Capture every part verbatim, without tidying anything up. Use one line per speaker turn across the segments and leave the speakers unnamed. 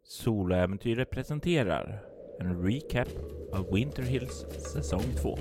Soloäventyret presenterar en recap av Winter Hills säsong två.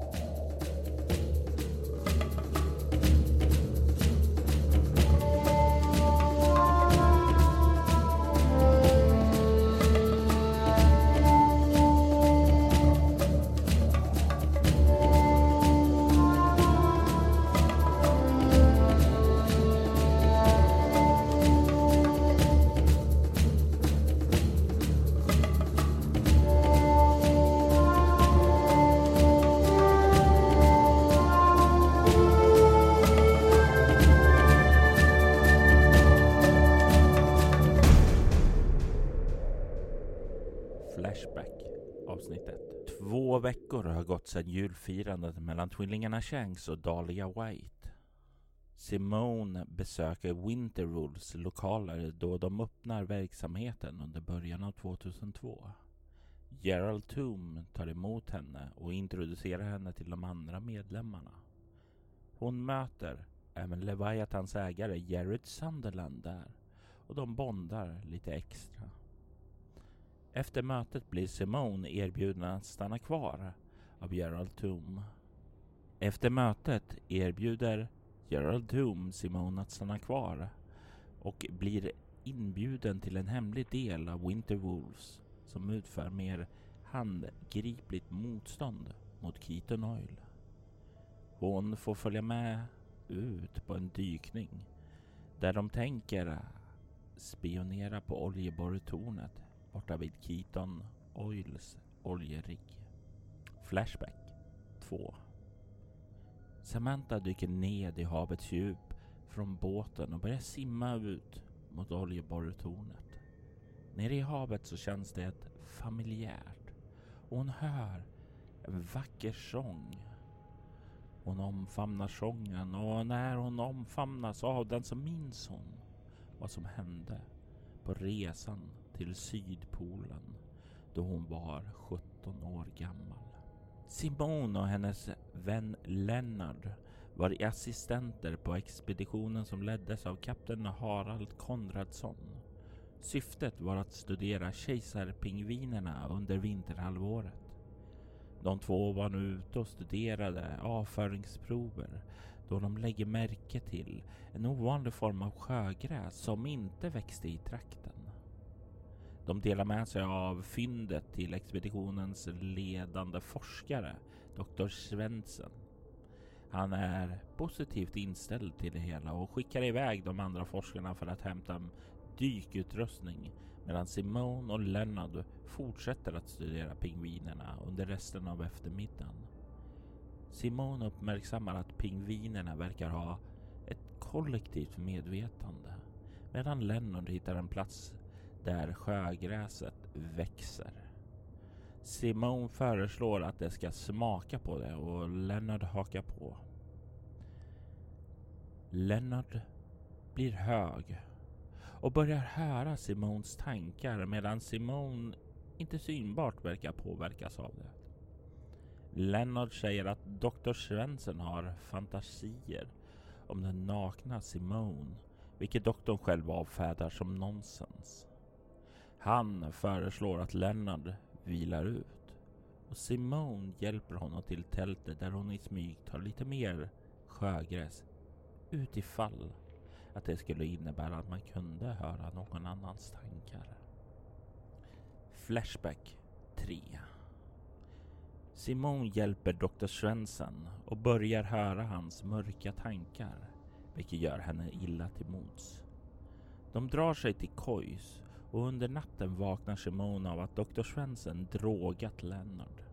Flashback avsnitt ett. Två veckor har gått sedan julfirandet mellan tvillingarna Shanks och Dahlia White. Simone besöker Winterwolves lokaler då de öppnar verksamheten under början av tvåtusentvå. Gerald Toom tar emot henne och introducerar henne till de andra medlemmarna. Hon möter även Leviathans ägare Jared Sunderland där och de bondar lite extra. Efter mötet blir Simone erbjuden att stanna kvar av Gerald Toom. Efter mötet erbjuder Gerald Toom Simone att stanna kvar och blir inbjuden till en hemlig del av Winterwolves som utför mer handgripligt motstånd mot Keaton Oil. Hon får följa med ut på en dykning där de tänker spionera på oljeborrtornet borta vid Keaton Oils oljerigg. Flashback två. Samantha dyker ned i havets djup från båten och börjar simma ut mot oljeborrtornet. Nere i havet så känns det familjärt och hon hör en vacker sång. Hon omfamnar sången och när hon omfamnas av den så minns hon vad som hände på resan till Sydpolen då hon var sjutton år gammal. Simone och hennes vän Leonard var assistenter på expeditionen som leddes av kapten Harald Konradsson. Syftet var att studera kejsarpingvinerna under vinterhalvåret. De två var nu ute och studerade avföringsprover då de lägger märke till en ovanlig form av sjögräs som inte växte i trakten. De delar med sig av fyndet till expeditionens ledande forskare, doktor Svensson. Han är positivt inställd till det hela och skickar iväg de andra forskarna för att hämta dykutrustning medan Simone och Leonard fortsätter att studera pingvinerna under resten av eftermiddagen. Simone uppmärksammar att pingvinerna verkar ha ett kollektivt medvetande medan Leonard hittar en plats där sjögräset växer. Simone föreslår att det ska smaka på det och Leonard hakar på. Leonard blir hög och börjar höra Simones tankar medan Simone inte synbart verkar påverkas av det. Leonard säger att doktor Svensson har fantasier om den nakna Simone, vilket doktorn själv avfärdar som nonsens. Han föreslår att Leonard vilar ut och Simone hjälper honom till tältet där hon i smyg tar lite mer sjögräs utifall att det skulle innebära att man kunde höra någon annans tankar. Flashback tre. Simone hjälper doktor Svensson och börjar höra hans mörka tankar, vilket gör henne illa till mods. De drar sig till kojs och under natten vaknar Simone av att doktor Svensson drogat Leonard.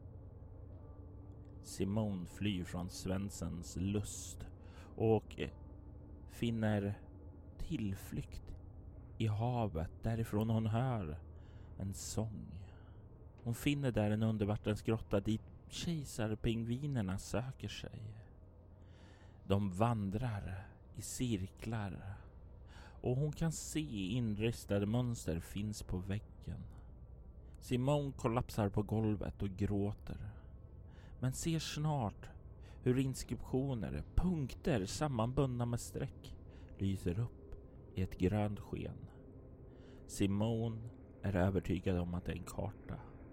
Simone flyr från Svenssons lust och finner tillflykt i havet därifrån hon hör en sång. Hon finner där en undervattensgrotta dit kejsarpingvinerna söker sig. De vandrar i cirklar och hon kan se inristade mönster finns på väggen. Simone kollapsar på golvet och gråter, men ser snart hur inskriptioner, punkter sammanbundna med streck, lyser upp i ett grönt sken. Simone är övertygad om att det är en karta.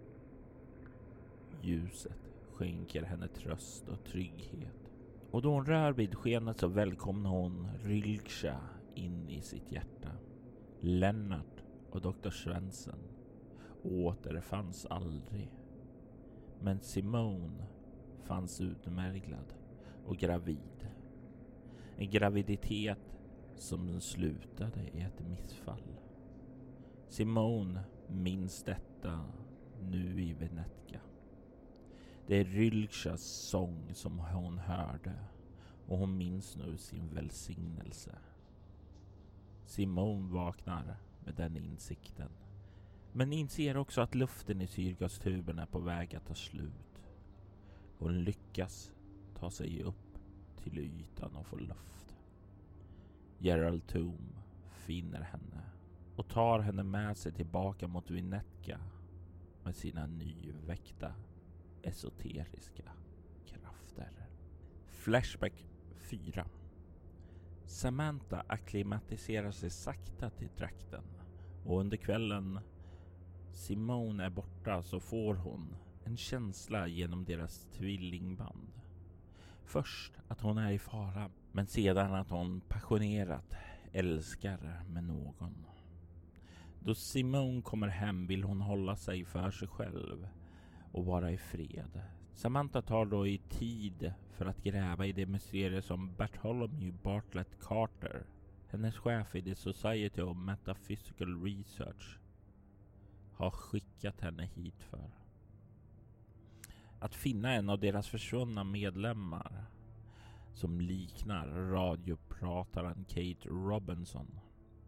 Ljuset skänker henne tröst och trygghet. Och då hon rör vid skenet så välkomnar hon Rilksha in i sitt hjärta. Lennart och doktor Svensson återfanns aldrig. Men Simone fanns utmärglad och gravid. En graviditet som slutade i ett missfall. Simone minns detta nu i Venetka. Det är Rilkshas sång som hon hörde och hon minns nu sin välsignelse. Simone vaknar med den insikten. Men inser också att luften i syrgastuben är på väg att ta slut. Hon lyckas ta sig upp till ytan och få luft. Gerald Toom finner henne och tar henne med sig tillbaka mot Venetka med sina nyväckta esoteriska krafter. Flashback fyra. Samantha akklimatiserar sig sakta till trakten och under kvällen Simone är borta så får hon en känsla genom deras tvillingband. Först att hon är i fara, men sedan att hon passionerat älskar med någon. Då Simone kommer hem vill hon hålla sig för sig själv och vara i fred. Samantha tar då i tid för att gräva i det mysterium som Bartholomew Bartlett Carter, hennes chef i The Society of Metaphysical Research, har skickat henne hit för. Att finna en av deras försvunna medlemmar som liknar radioprataren Kate Robinson.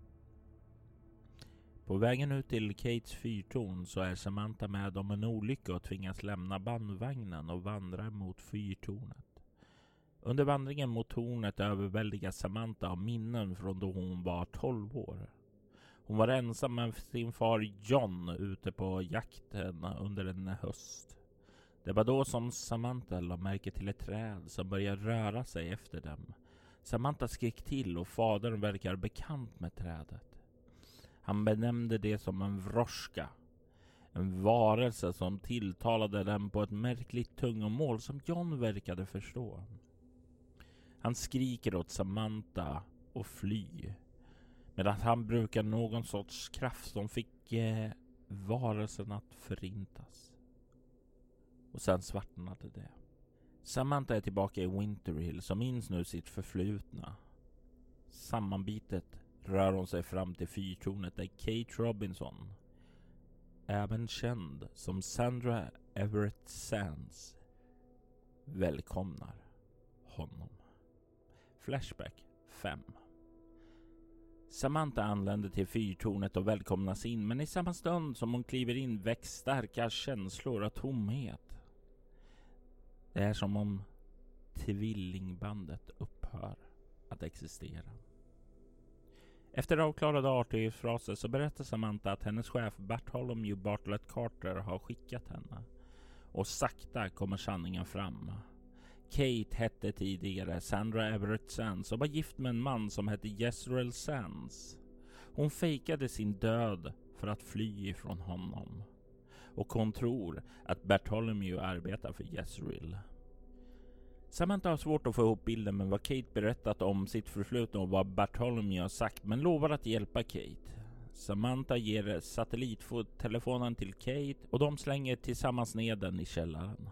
På vägen ut till Kates fyrtorn så är Samantha med om en olycka och tvingas lämna bandvagnen och vandra mot fyrtornet. Under vandringen mot tornet överväldigas Samantha av minnen från då hon var tolv år. Hon var ensam med sin far John ute på jakten under en höst. Det var då som Samantha la märke till ett träd som började röra sig efter dem. Samantha skrek till och fadern verkar bekant med trädet. Han benämnde det som en vroska. En varelse som tilltalade dem på ett märkligt tungomål som John verkade förstå. Han skriker åt Samantha och fly. Medan han brukar någon sorts kraft som fick eh, varelsen att förintas. Och sen svartnade det. Samantha är tillbaka i Winterhill som minns nu sitt förflutna. Sammanbitet rör hon sig fram till fyrtornet där Kate Robinson, även känd som Sandra Everett Sands, välkomnar honom. Flashback fem. Samantha anländer till fyrtornet och välkomnas in, men i samma stund som hon kliver in väcks starka känslor av tomhet. Det är som om tvillingbandet upphör att existera. Efter avklarade artighetsfraser så berättar Samantha att hennes chef Bartholomew Bartlett Carter har skickat henne. Och sakta kommer sanningen fram. Kate hette tidigare Sandra Everett Sands och var gift med en man som hette Jezreel Sands. Hon fejkade sin död för att fly ifrån honom. Och hon tror att Bartholomew arbetar för Jezreel. Samantha har svårt att få ihop bilden med vad Kate berättat om sitt förflutna och vad Bartholomew har sagt, men lovar att hjälpa Kate. Samantha ger satellittelefonen till Kate och de slänger tillsammans ner den i källaren.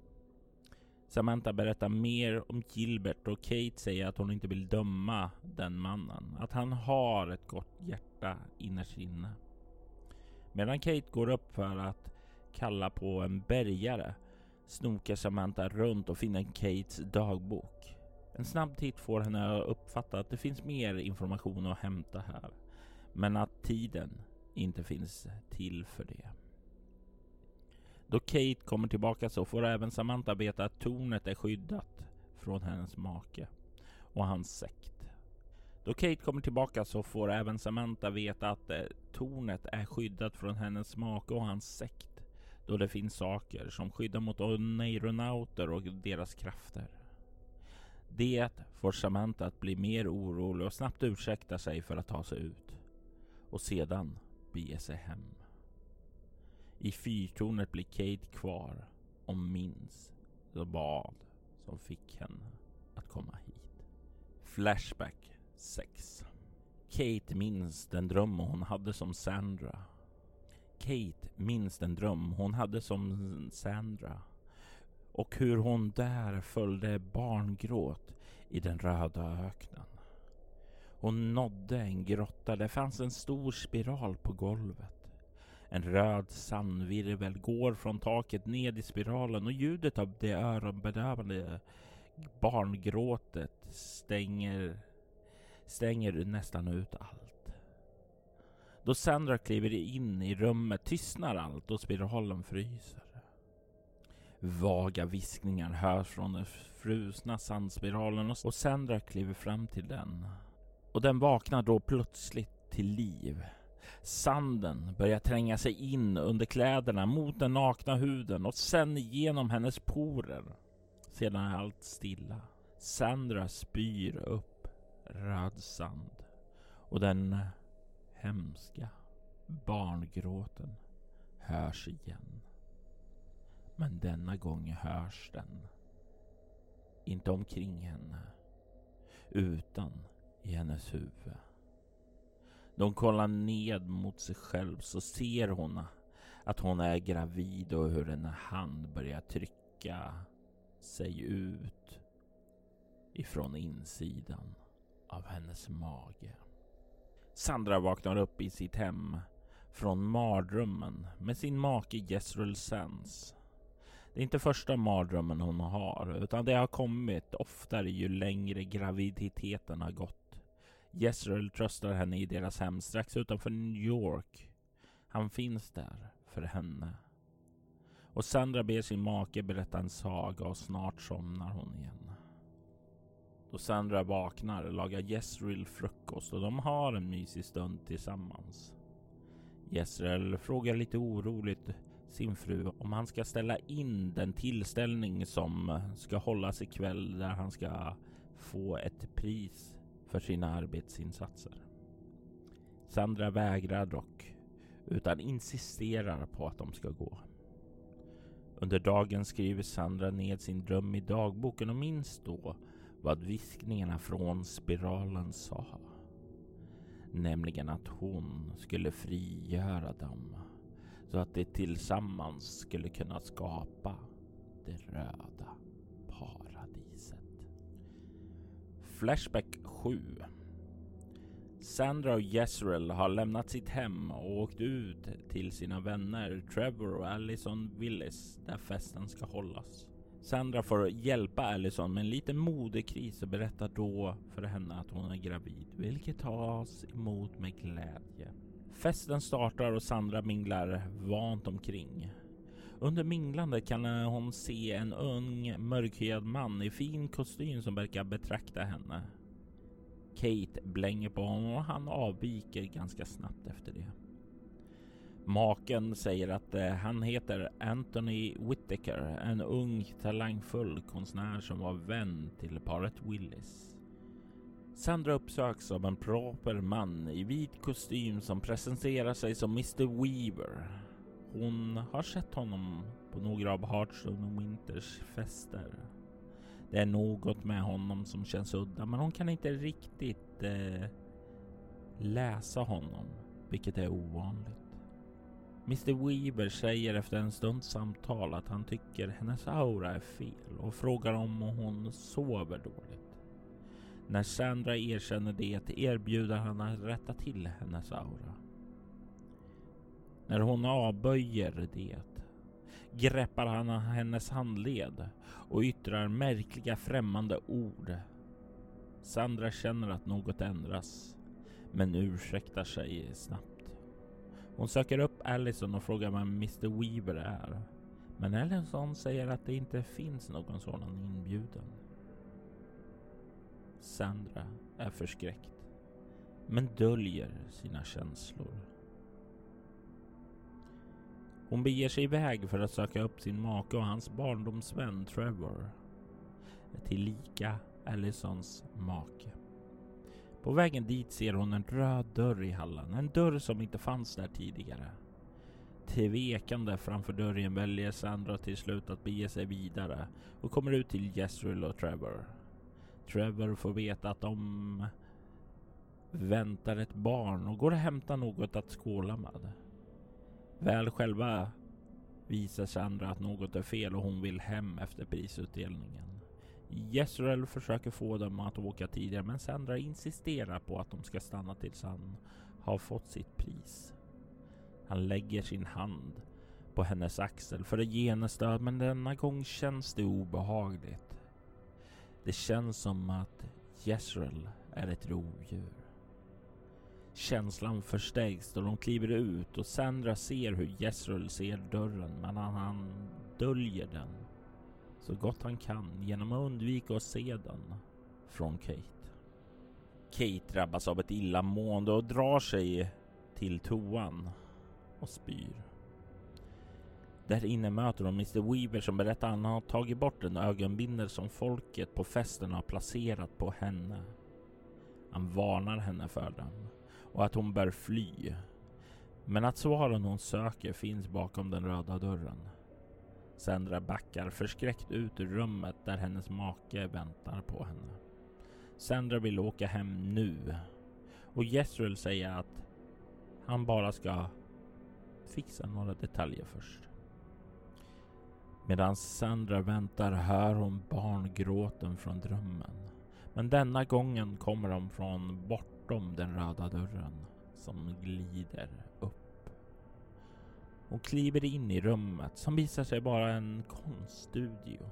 Samantha berättar mer om Gilbert och Kate säger att hon inte vill döma den mannen, att han har ett gott hjärta innerst inne. Medan Kate går upp för att kalla på en bärgare snokar Samantha runt och finner Kates dagbok. En snabb titt får henne att uppfatta att det finns mer information att hämta här, men att tiden inte finns till för det. Då Kate kommer tillbaka så får även Samantha veta att tornet är skyddat från hennes make och hans sekt. Då Kate kommer tillbaka så får även Samantha veta att eh, tornet är skyddat från hennes make och hans sekt. Då det finns saker som skyddar mot neuronauter och deras krafter. Det får Samantha att bli mer orolig och snabbt ursäkta sig för att ta sig ut. Och sedan bege sig hem. I fyrtornet blir Kate kvar och minns vad som fick henne att komma hit. Flashback sex. Kate minns den dröm hon hade som Sandra. Kate minns den dröm hon hade som Sandra. Och hur hon där följde barngråt i den röda öknen. Hon nådde en grotta. Det fanns en stor spiral på golvet. En röd sandvirvel går från taket ned i spiralen och ljudet av det öronbedövande barngråtet stänger, stänger nästan ut allt. Då Sandra kliver in i rummet tystnar allt och spiralen fryser. Vaga viskningar hörs från den frusna sandspiralen och Sandra kliver fram till den. Och den vaknar då plötsligt till liv. Sanden börjar tränga sig in under kläderna mot den nakna huden och sen genom hennes porer. Sedan är allt stilla. Sandra spyr upp röd sand och den hemska barngråten hörs igen. Men denna gång hörs den inte omkring henne utan i hennes huvud. De kollar ned mot sig själv så ser hon att hon är gravid och hur en hand börjar trycka sig ut ifrån insidan av hennes mage. Sandra vaknar upp i sitt hem från mardrömmen med sin make Jezreel Sands. Det är inte första mardrömmen hon har utan det har kommit oftare ju längre graviditeten har gått. Jezreel tröstar henne i deras hem strax utanför New York. Han finns där för henne. Och Sandra ber sin make berätta en saga och snart somnar hon igen. Då Sandra vaknar lagar Jezreel frukost och de har en mysig stund tillsammans. Jezreel frågar lite oroligt sin fru om han ska ställa in den tillställning som ska hållas ikväll där han ska få ett pris för sina arbetsinsatser. Sandra vägrar dock utan insisterar på att de ska gå. Under dagen skriver Sandra ned sin dröm i dagboken och minns då vad viskningarna från spiralen sa. Nämligen att hon skulle frigöra dem så att de tillsammans skulle kunna skapa det röda paradiset. Flashback sju. Sandra och Jezreel har lämnat sitt hem och åkt ut till sina vänner Trevor och Allison Willis där festen ska hållas. Sandra får hjälpa Allison med en liten modekris och berättar då för henne att hon är gravid, vilket tas emot med glädje. Festen startar och Sandra minglar vant omkring. Under minglandet kan hon se en ung mörkhyad man i fin kostym som verkar betrakta henne. Kate blänger på honom och han avviker ganska snabbt efter det. Maken säger att eh, han heter Anthony Whittaker, en ung talangfull konstnär som var vän till paret Willis. Sandra uppsöks av en proper man i vit kostym som presenterar sig som mister Weaver. Hon har sett honom på några av Hearthstone och Winters fester. Det är något med honom som känns udda, men hon kan inte riktigt eh, läsa honom, vilket är ovanligt. mister Weaver säger efter en stunds samtal att han tycker hennes aura är fel och frågar om hon sover dåligt. När Sandra erkänner det erbjuder han att rätta till hennes aura. När hon avböjer det greppar han hennes handled och yttrar märkliga främmande ord. Sandra känner att något ändras men ursäktar sig snabbt. Hon söker upp Allison och frågar vem mister Weaver är. Men Allison säger att det inte finns någon sådan inbjudan. Sandra är förskräckt men döljer sina känslor. Hon beger sig iväg för att söka upp sin make och hans barndomsvän Trevor, tillika Allisons make. På vägen dit ser hon en röd dörr i hallen, en dörr som inte fanns där tidigare. Tvekande framför dörren väljer Sandra till slut att bege sig vidare och kommer ut till Jezreel och Trevor. Trevor får veta att de väntar ett barn och går och hämtar något att skåla med. Väl själva visar Sandra att något är fel och hon vill hem efter prisutdelningen. Jezreel försöker få dem att åka tidigare, men Sandra insisterar på att de ska stanna tills han har fått sitt pris. Han lägger sin hand på hennes axel för att ge henne stöd, men denna gång känns det obehagligt. Det känns som att Jezreel är ett rovdjur. Känslan förstärks då de kliver ut och Sandra ser hur Jezreel ser dörren, men han, han döljer den så gott han kan genom att undvika att se den från Kate. Kate drabbas av ett illamående och drar sig till toan och spyr. Där inne möter de mister Weaver som berättar att han har tagit bort en ögonbindel som folket på festen har placerat på henne. Han varnar henne för den och att hon bör fly. Men att svaren hon söker finns bakom den röda dörren. Sandra backar förskräckt ut ur rummet där hennes make väntar på henne. Sandra vill åka hem nu och Jezreel säger att han bara ska fixa några detaljer först. Medan Sandra väntar hör hon barngråten från drömmen. Men denna gången kommer de från bortom den röda dörren som glider upp. Hon kliver in i rummet som visar sig vara en konststudio.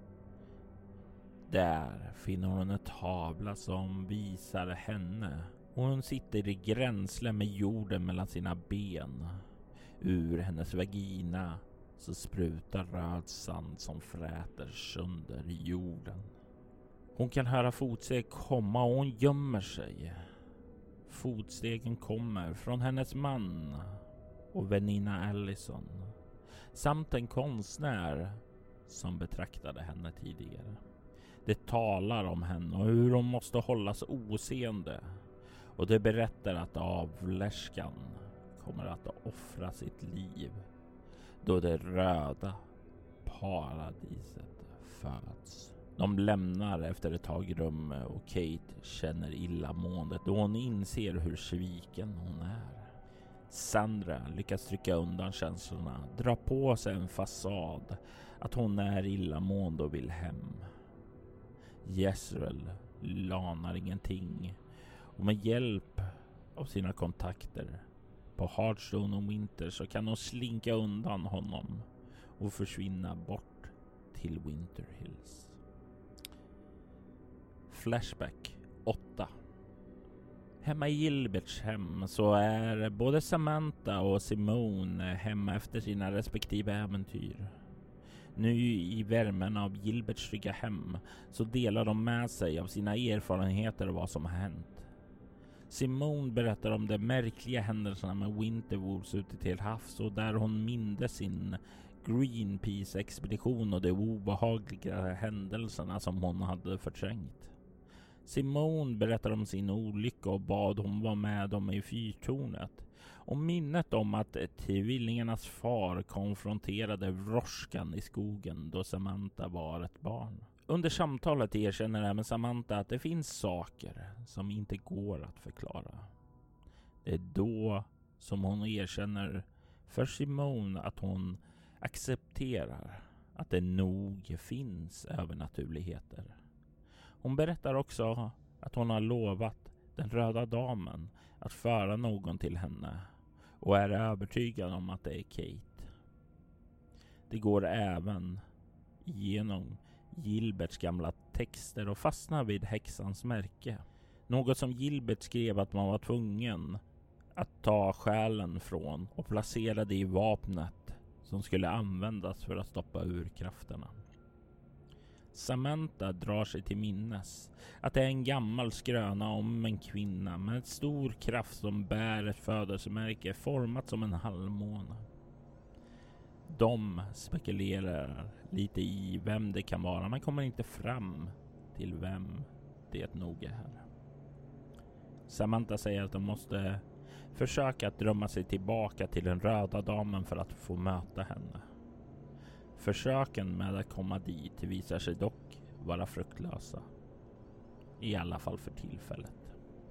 Där finner hon en tavla som visar henne och hon sitter i gränsle med jorden mellan sina ben. Ur hennes vagina så sprutar röd sand som fräter sönder jorden. Hon kan höra fotsteg komma och hon gömmer sig. Fotstegen kommer från hennes man och väninna Allison samt en konstnär som betraktade henne tidigare. Det talar om henne och hur hon måste hållas oseende, och det berättar att avlärskan kommer att offra sitt liv då det röda paradiset föds. De lämnar efter ett tag rummet och Kate känner illamåendet då hon inser hur sviken hon är. Sandra lyckas trycka undan känslorna, dra på sig en fasad att hon är illamående och vill hem. Jezreel lanar ingenting och med hjälp av sina kontakter på Hearthstone och Winter så kan hon slinka undan honom och försvinna bort till Winter Hills. Flashback åtta. Hemma i Gilberts hem så är både Samantha och Simone hemma efter sina respektive äventyr. Nu i värmen av Gilberts trygga hem så delar de med sig av sina erfarenheter och vad som har hänt. Simone berättar om de märkliga händelserna med Winterwolves ute till havs och där hon mindes sin Greenpeace-expedition och de obehagliga händelserna som hon hade förträngt. Simone berättar om sin olycka och bad hon var med om i fyrtornet. Och minnet om att tvillingarnas far konfronterade vrorskan i skogen då Samantha var ett barn. Under samtalet erkänner även Samantha att det finns saker som inte går att förklara. Det är då som hon erkänner för Simone att hon accepterar att det nog finns övernaturligheter. Hon berättar också att hon har lovat den röda damen att föra någon till henne och är övertygad om att det är Kate. Det går även igenom Gilberts gamla texter och fastnar vid häxans märke. Något som Gilbert skrev att man var tvungen att ta själen från och placera det i vapnet som skulle användas för att stoppa ur krafterna. Samantha drar sig till minnes att det är en gammal skröna om en kvinna med en stor kraft som bär ett födelsemärke format som en halvmåne. De spekulerar lite i vem det kan vara men kommer inte fram till vem det nog är. Samantha säger att de måste försöker att drömma sig tillbaka till den röda damen för att få möta henne. Försöken med att komma dit visar sig dock vara fruktlösa. I alla fall för tillfället.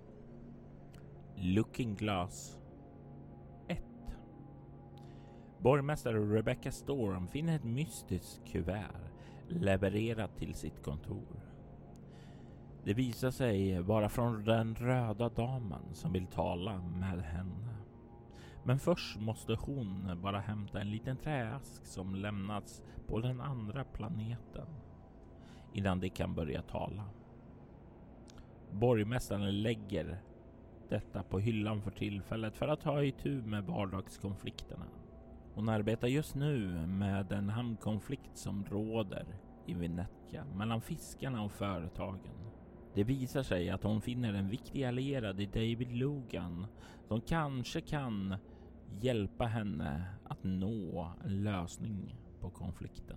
Looking Glass ett. Borgmästare Rebecca Storm finner ett mystiskt kuvert levererat till sitt kontor. Det visar sig vara från den röda damen som vill tala med henne. Men först måste hon bara hämta en liten träask som lämnats på den andra planeten innan de kan börja tala. Borgmästaren lägger detta på hyllan för tillfället för att ta itu med vardagskonflikterna. Hon arbetar just nu med en hamnkonflikt som råder i Venetia mellan fiskarna och företagen. Det visar sig att hon finner en viktig allierad i David Logan som kanske kan hjälpa henne att nå en lösning på konflikten.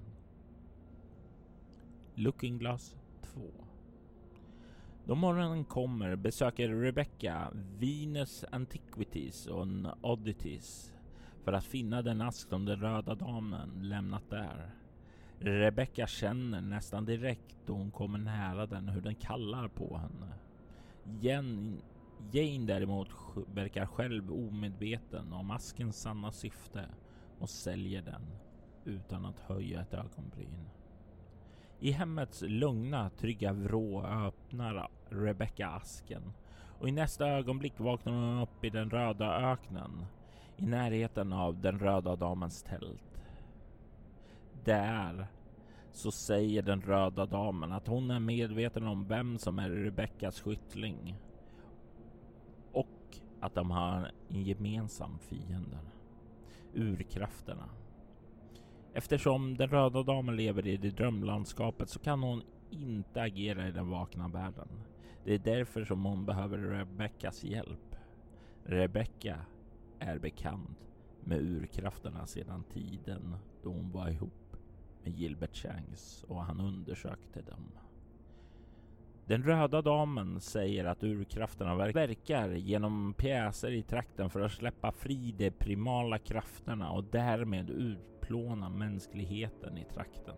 Looking Glass två. Då morgonen kommer besöker Rebecca Venus Antiquities och Oddities för att finna den ask som den röda damen lämnat där. Rebecca känner nästan direkt då hon kommer nära den hur den kallar på henne. Jane, Jane däremot verkar själv omedveten om askens sanna syfte och säljer den utan att höja ett ögonbryn. I hemmets lugna, trygga vrå öppnar Rebecca asken och i nästa ögonblick vaknar hon upp i den röda öknen i närheten av den röda damens tält. Där så säger den röda damen att hon är medveten om vem som är Rebeccas skyttling och att de har en gemensam fiende, urkrafterna. Eftersom den röda damen lever i det drömlandskapet så kan hon inte agera i den vakna världen. Det är därför som hon behöver Rebeccas hjälp. Rebecca är bekant med urkrafterna sedan tiden då hon var ihop med Gilbert Shanks och han undersökte dem. Den röda damen säger att urkrafterna verkar genom pjäser i trakten för att släppa fri de primala krafterna och därmed utplåna mänskligheten i trakten.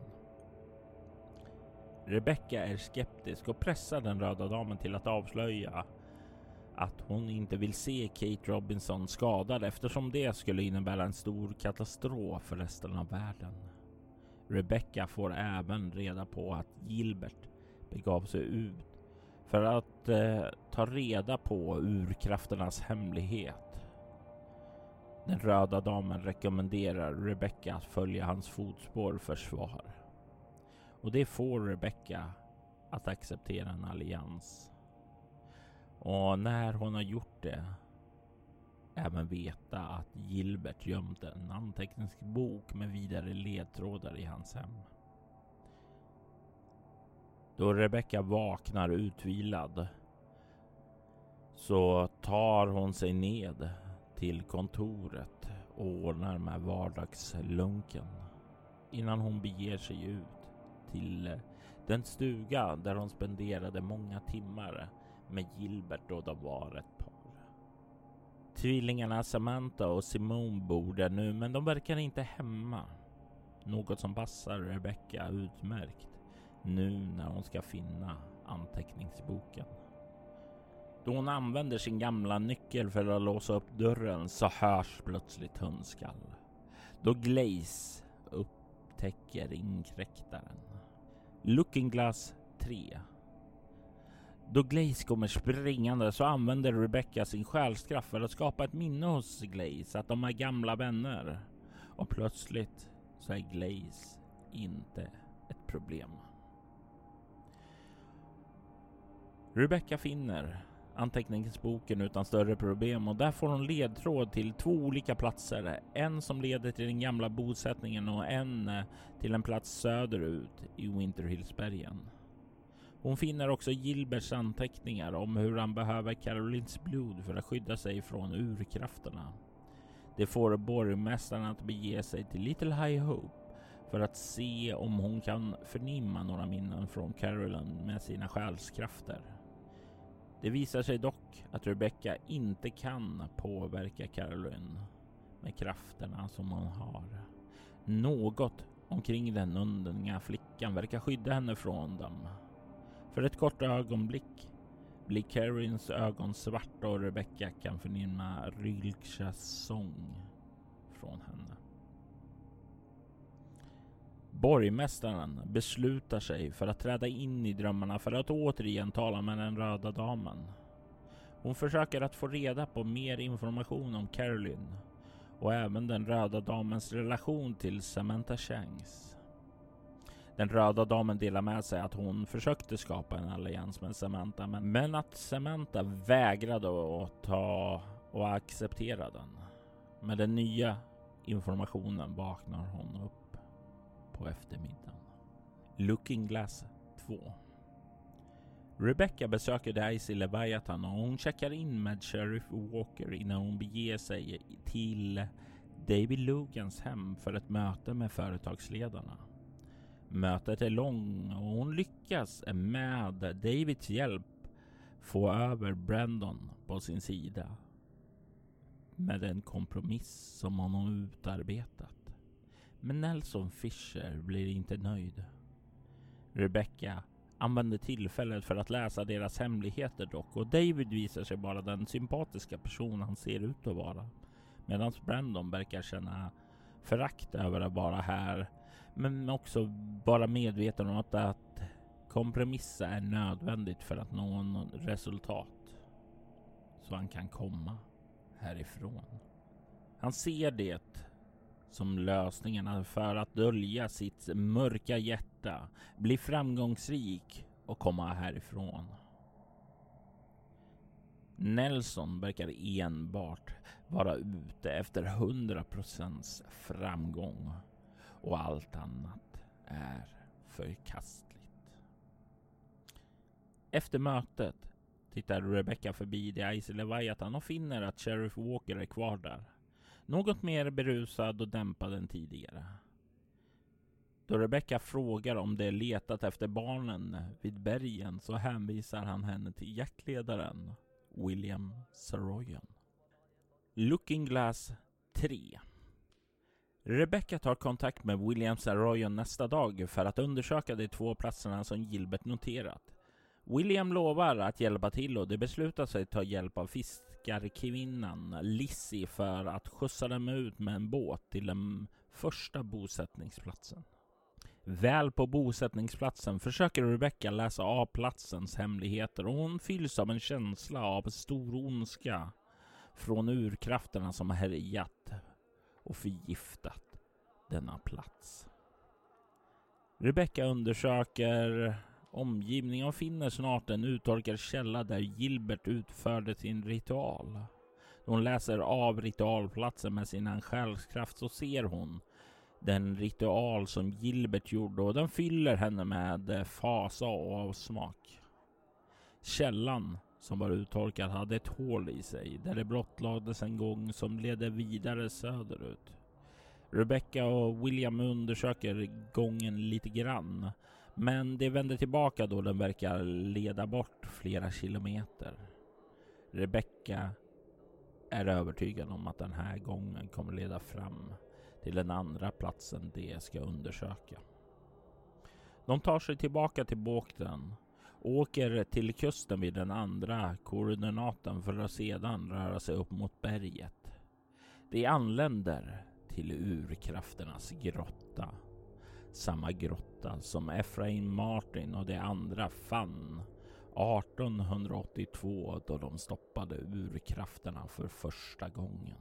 Rebecca är skeptisk och pressar den röda damen till att avslöja att hon inte vill se Kate Robinson skadad eftersom det skulle innebära en stor katastrof för resten av världen. Rebecca får även reda på att Gilbert begav sig ut för att eh, ta reda på urkrafternas hemlighet. Den röda damen rekommenderar Rebecca att följa hans fotspår för svar. Och det får Rebecca att acceptera en allians. Och när hon har gjort det även veta att Gilbert gömt en anteckningsbok med vidare ledtrådar i hans hem. Då Rebecca vaknar utvilad så tar hon sig ned till kontoret och ordnar med vardagslunken innan hon beger sig ut till den stuga där hon spenderade många timmar med Gilbert då de var ett par. Tvillingarna Samantha och Simone bor där nu, men de verkar inte hemma. Något som passar Rebecca utmärkt nu när hon ska finna anteckningsboken. Då hon använder sin gamla nyckel för att låsa upp dörren så hörs plötsligt hundskall. Då Glaze upptäcker inkräktaren. Looking Glass tre. Då Glaze kommer springande så använder Rebecca sin själskraft för att skapa ett minne hos Glaze att de är gamla vänner. Och plötsligt så är Glaze inte ett problem. Rebecca finner anteckningsboken utan större problem och där får hon ledtråd till två olika platser. En som leder till den gamla bosättningen och en till en plats söderut i Winterhillsbergen. Hon finner också Gilberts anteckningar om hur han behöver Carolines blod för att skydda sig från urkrafterna. Det får borgmästaren att bege sig till Little High Hope för att se om hon kan förnimma några minnen från Caroline med sina själskrafter. Det visar sig dock att Rebecca inte kan påverka Caroline med krafterna som hon har. Något omkring den unga flickan verkar skydda henne från dem. För ett kort ögonblick blir Carolines ögon svarta och Rebecca kan förnimma Rilksas sång från henne. Borgmästaren beslutar sig för att träda in i drömmarna för att återigen tala med den röda damen. Hon försöker att få reda på mer information om Caroline och även den röda damens relation till Samantha Shanks. Den röda damen delar med sig att hon försökte skapa en allians med Samantha, men, men att Samantha vägrade att ta och acceptera den. Med den nya informationen vaknar hon upp på eftermiddagen. Looking Glass två. Rebecca besöker Daisy Leviathan och hon checkar in med Sheriff Walker innan hon beger sig till David Logans hem för ett möte med företagsledarna. Mötet är långt och hon lyckas med Davids hjälp få över Brandon på sin sida med en kompromiss som hon har utarbetat. Men Nelson Fisher blir inte nöjd. Rebecca använder tillfället för att läsa deras hemligheter dock, och David visar sig vara den sympatiska person han ser ut att vara. Medan Brandon verkar känna förakt över att vara här, men också vara medveten om att, att kompromissa är nödvändigt för att nå något resultat. Så han kan komma härifrån. Han ser det som lösningarna för att dölja sitt mörka hjärta, bli framgångsrik och komma härifrån. Nelson verkar enbart vara ute efter hundra procent framgång och allt annat är förkastligt. Efter mötet tittar Rebecca förbi Daisy Leviathan och finner att Sheriff Walker är kvar där. Något mer berusad och dämpad än tidigare. Då Rebecca frågar om det är letat efter barnen vid bergen så hänvisar han henne till jaktledaren William Saroyan. Looking Glass tre. Rebecca tar kontakt med William Saroyan nästa dag för att undersöka de två platserna som Gilbert noterat. William lovar att hjälpa till och det beslutar sig ta hjälp av fiskarkvinnan Lizzie för att skjutsa dem ut med en båt till den första bosättningsplatsen. Väl på bosättningsplatsen försöker Rebecca läsa av platsens hemligheter och hon fylls av en känsla av stor ondska från urkrafterna som härjat och förgiftat denna plats. Rebecca undersöker omgivningen och finner snart en uttorkad källa där Gilbert utförde sin ritual. Då hon läser av ritualplatsen med sin själskraft så ser hon den ritual som Gilbert gjorde och den fyller henne med fasa och avsmak. Källan som var uttorkad hade ett hål i sig där det blottlades en gång som ledde vidare söderut. Rebecca och William undersöker gången lite grann, men det vänder tillbaka då den verkar leda bort flera kilometer. Rebecca är övertygad om att den här gången kommer leda fram till den andra platsen de ska undersöka. De tar sig tillbaka till båten och åker till kusten vid den andra koordinaten för att sedan röra sig upp mot berget. De anländer till urkrafternas grotta. Samma grotta som Ephraim Martin och de andra fann arton åttiotvå då de stoppade urkrafterna för första gången.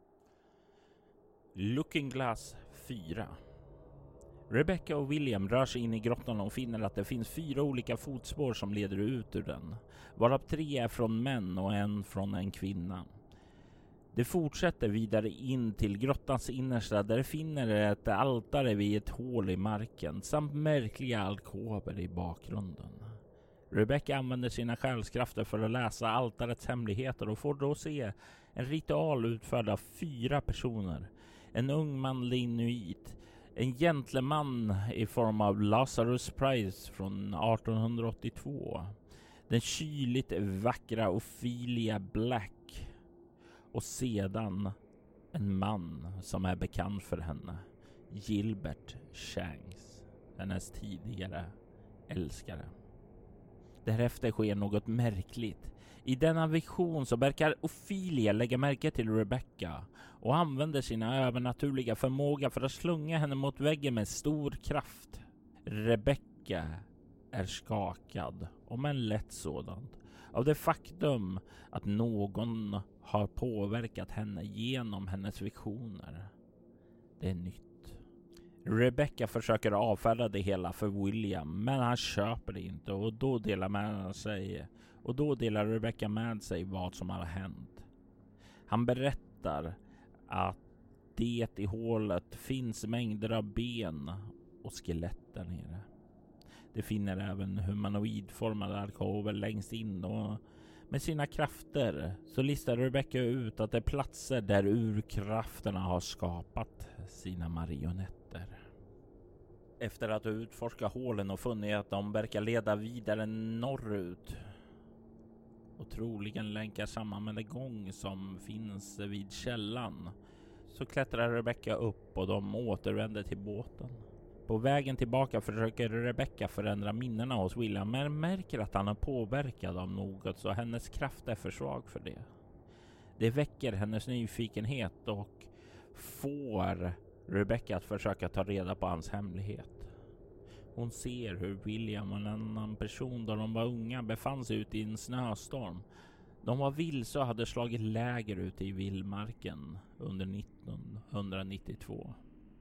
Looking Glass fyra. Rebecca och William rör sig in i grottan och finner att det finns fyra olika fotspår som leder ut ur den, varav tre är från män och en från en kvinna. Det fortsätter vidare in till grottans innersta där det finner ett altare vid ett hål i marken samt märkliga alkover i bakgrunden. Rebecca använder sina själskrafter för att läsa altarets hemligheter och får då se en ritual utförd av fyra personer. En ung manlig inuit, en gentleman i form av Lazarus Price från arton åttiotvå. Den kyligt vackra Ophelia Black och sedan en man som är bekant för henne, Gilbert Shanks, hennes tidigare älskare. Därefter sker något märkligt. I denna vision så verkar Ophelia lägga märke till Rebecca och använder sina övernaturliga förmåga för att slunga henne mot väggen med stor kraft. Rebecca är skakad, om en lätt sådant, av det faktum att någon har påverkat henne genom hennes visioner. Det är nytt. Rebecca försöker avfärda det hela för William, men han köper det inte och då delar med sig och då delar Rebecca med sig vad som har hänt. Han berättar att det i hålet finns mängder av ben och skelett där nere. Det finner även humanoidformade alkover längst in och med sina krafter så listar Rebecca ut att det är platser där urkrafterna har skapat sina marionetter. Efter att ha utforskat hålen och funnit att de verkar leda vidare norrut och troligen länkar samman med den gång som finns vid källan, så klättrar Rebecca upp och de återvänder till båten. På vägen tillbaka försöker Rebecca förändra minnena hos William, men märker att han är påverkad av något så hennes kraft är för svag för det. Det väcker hennes nyfikenhet och får Rebecca att försöka ta reda på hans hemlighet. Hon ser hur William och en annan person då de var unga befann sig ute i en snöstorm. De var vilse och hade slagit läger ute i vildmarken under nittonhundranittiotvå.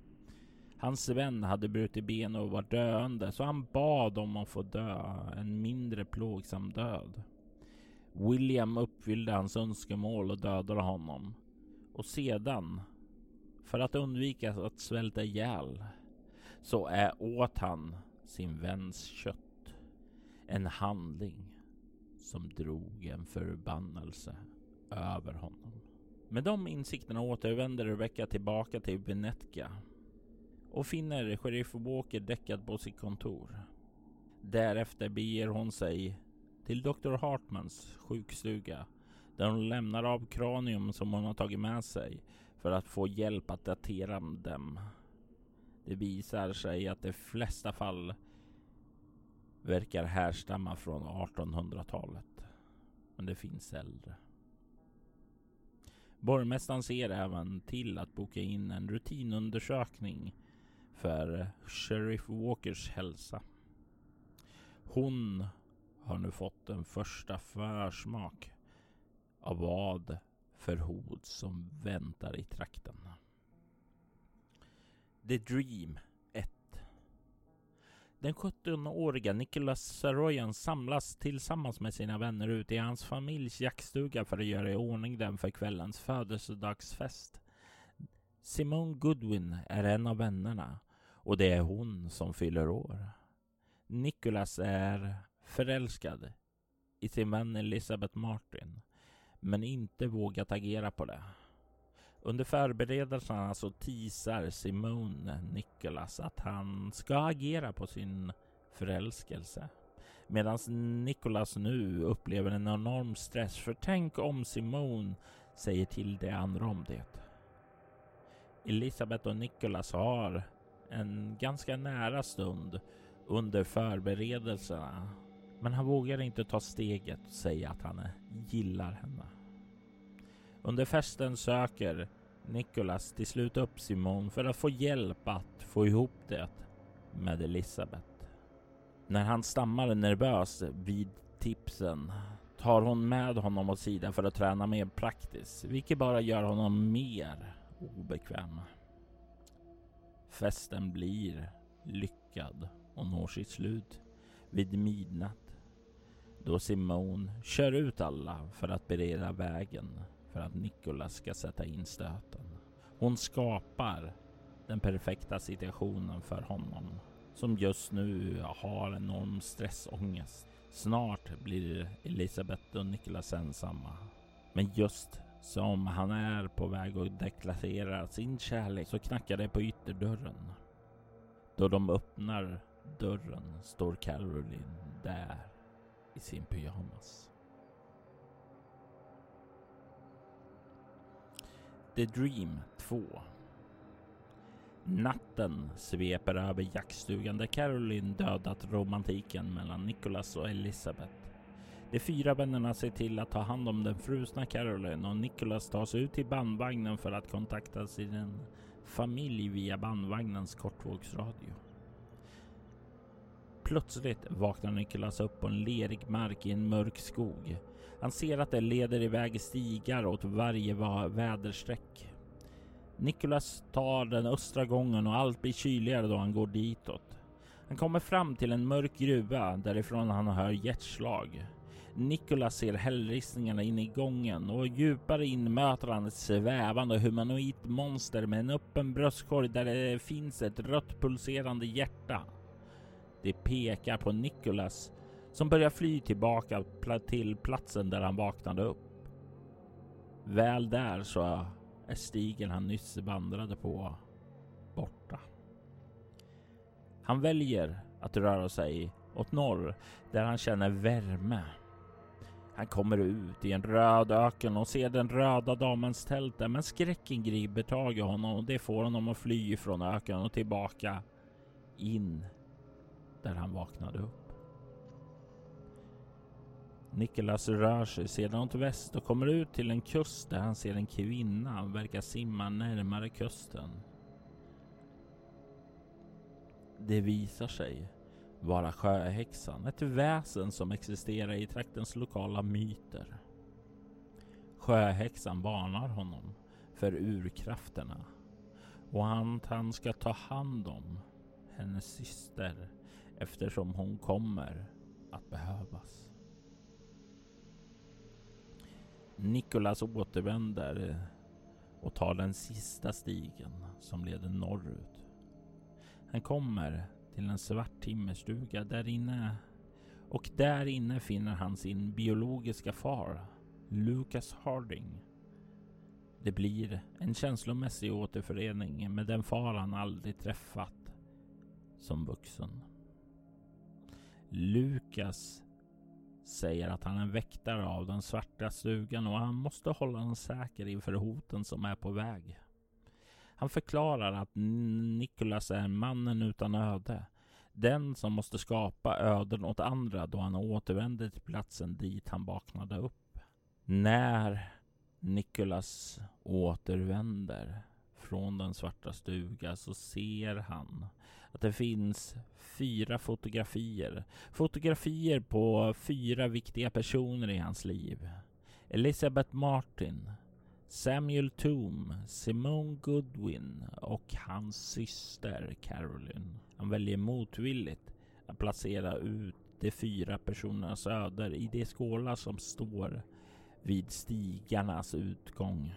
Hans vän hade brutit ben och var döende, så han bad om att få dö en mindre plågsam död. William uppfyllde hans önskemål och dödade honom. Och sedan, för att undvika att svälta ihjäl, så är åt han sin väns kött. En handling som drog en förbannelse över honom. Med de insikterna återvänder Rebecca tillbaka till Venetia och finner sheriff Walker däckad på sitt kontor. Därefter beger hon sig till doktor Hartmans sjukstuga där hon lämnar av kranium som hon har tagit med sig för att få hjälp att datera dem. Det visar sig att de flesta fall verkar härstamma från artonhundratalet, men det finns äldre. Borgmästaren ser även till att boka in en rutinundersökning för sheriff Walkers hälsa. Hon har nu fått en första försmak av vad för hot som väntar i trakten. The Dream ett. Den sjuttonåriga Nicholas Saroyan samlas tillsammans med sina vänner ute i hans familjs jaktstuga för att göra i ordning den för kvällens födelsedagsfest. Simone Goodwin är en av vännerna och det är hon som fyller år. Nicholas är förälskad i sin vän Elizabeth Martin, men inte vågat agera på det. Under förberedelserna så teasar Simone Nicholas att han ska agera på sin förälskelse. Medan Nicholas nu upplever en enorm stress, för tänk om Simone säger till de andra om det. Elizabeth och Nicholas har en ganska nära stund under förberedelserna, men han vågar inte ta steget och säga att han gillar henne. Under festen söker Nicholas till slut upp Simone för att få hjälp att få ihop det med Elizabeth. När han stammar nervös vid tipsen tar hon med honom åt sidan för att träna mer praktiskt, vilket bara gör honom mer obekväm. Festen blir lyckad och når sitt slut vid midnatt, då Simone kör ut alla för att bereda vägen för att Nicholas ska sätta in stöten. Hon skapar den perfekta situationen för honom, som just nu har enorm stressångest. Snart blir Elizabeth och Nicholas ensamma. Men just som han är på väg att deklarera sin kärlek så knackar det på ytterdörren. Då de öppnar dörren står Caroline där. i sin pyjamas. The Dream två. Natten sveper över jaktstugan där Caroline dödat romantiken mellan Nicholas och Elizabeth. De fyra vännerna ser till att ta hand om den frusna Caroline och Nicholas tar sig ut till bandvagnen för att kontakta sin familj via bandvagnens kortvågsradio. Plötsligt vaknar Nicholas upp på en lerig mark i en mörk skog. Han ser att det leder iväg stigar åt varje väderstreck. Nicholas tar den östra gången och allt blir kyligare då han går ditåt. Han kommer fram till en mörk gruva därifrån han hör hjärtslag. Nicholas ser hällristningarna in i gången och djupare in möter han ett svävande humanoid monster med en öppen bröstkorg där det finns ett rött pulserande hjärta. Det pekar på Nicholas som börjar fly tillbaka till platsen där han vaknade upp. Väl där så är stigen han nyss vandrade på borta. Han väljer att röra sig åt norr där han känner värme. Han kommer ut i en röd öken och ser den röda damens tält där, men skräcken griper tag i honom och det får honom att fly från öken och tillbaka in där han vaknade upp. Nicholas rör sig sedan åt väst och kommer ut till en kust där han ser en kvinna verkar simma närmare kusten. Det visar sig vara sjöhäxan, ett väsen som existerar i traktens lokala myter. Sjöhäxan varnar honom för urkrafterna och han, han ska ta hand om hennes syster eftersom hon kommer att behövas. Nicholas återvänder och tar den sista stigen som leder norrut. Han kommer till en svart timmerstuga där inne och där inne finner han sin biologiska far, Lucas Harding. Det blir en känslomässig återförening med den far han aldrig träffat som vuxen. Lucas säger att han är en väktare av den svarta stugan och han måste hålla den säker inför hoten som är på väg. Han förklarar att Nicholas är mannen utan öde. Den som måste skapa öden åt andra då han återvänder till platsen dit han vaknade upp. När Nicholas återvänder från den svarta stugan så ser han att det finns fyra fotografier. Fotografier på fyra viktiga personer i hans liv. Elizabeth Martin, Samuel Toom, Simone Goodwin och hans syster Caroline. Han väljer motvilligt att placera ut de fyra personernas öden i de skålar som står vid stigarnas utgång.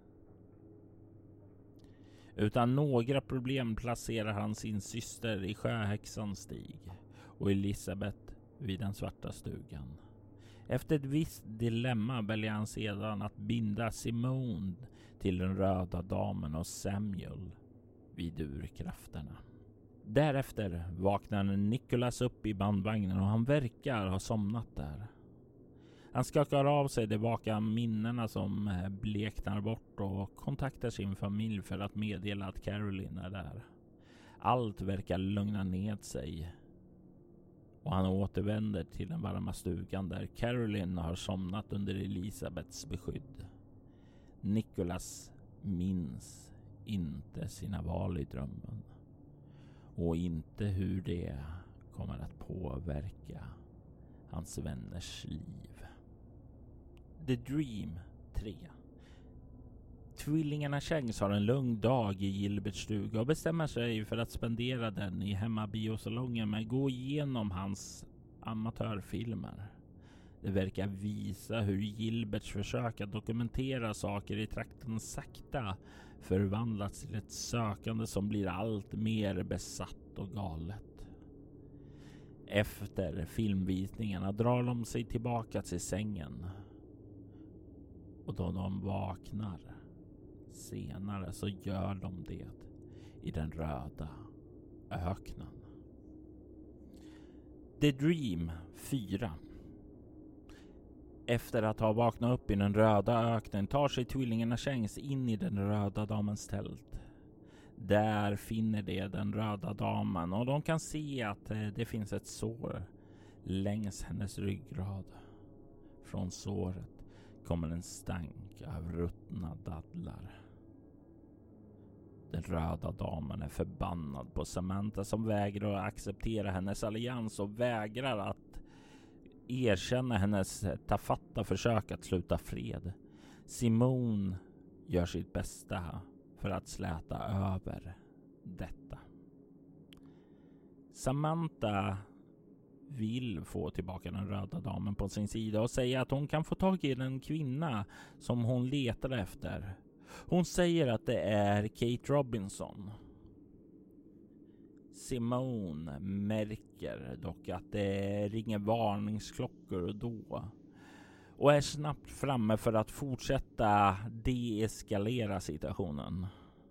Utan några problem placerar han sin syster i sjöhäxans stig och Elizabeth vid den svarta stugan. Efter ett visst dilemma väljer han sedan att binda Simone till den röda damen och Samuel vid urkrafterna. Därefter vaknar Nicholas upp i bandvagnen och han verkar ha somnat där. Han skakar av sig de vaka minnena som bleknar bort och kontaktar sin familj för att meddela att Caroline är där. Allt verkar lugna ned sig och han återvänder till den varma stugan där Caroline har somnat under Elisabeths beskydd. Nicholas minns inte sina val i drömmen och inte hur det kommer att påverka hans vänners liv. The Dream tre. Tvillingarna Changs har en lugn dag i Gilberts stuga och bestämmer sig för att spendera den i hemmabiosalongen med att gå igenom hans amatörfilmer. Det verkar visa hur Gilberts försök att dokumentera saker i trakten sakta förvandlats till ett sökande som blir allt mer besatt och galet. Efter filmvisningarna drar de sig tillbaka till sängen. Och då de vaknar senare så gör de det i den röda öknen. The Dream fyra. Efter att ha vaknat upp i den röda öknen tar sig tvillingarna Shanks in i den röda damens tält. Där finner de den röda damen och de kan se att det finns ett sår längs hennes ryggrad. Från såret kommer en stank av ruttna dadlar. Den röda damen är förbannad på Samantha som vägrar att acceptera hennes allians och vägrar att erkänna hennes tafatta försök att sluta fred. Simone gör sitt bästa för att släta över detta. Samantha vill få tillbaka den röda damen på sin sida och säger att hon kan få tag i den kvinna som hon letar efter. Hon säger att det är Kate Robinson. Simone märker dock att det ringer varningsklockor då och är snabbt framme för att fortsätta deeskalera situationen.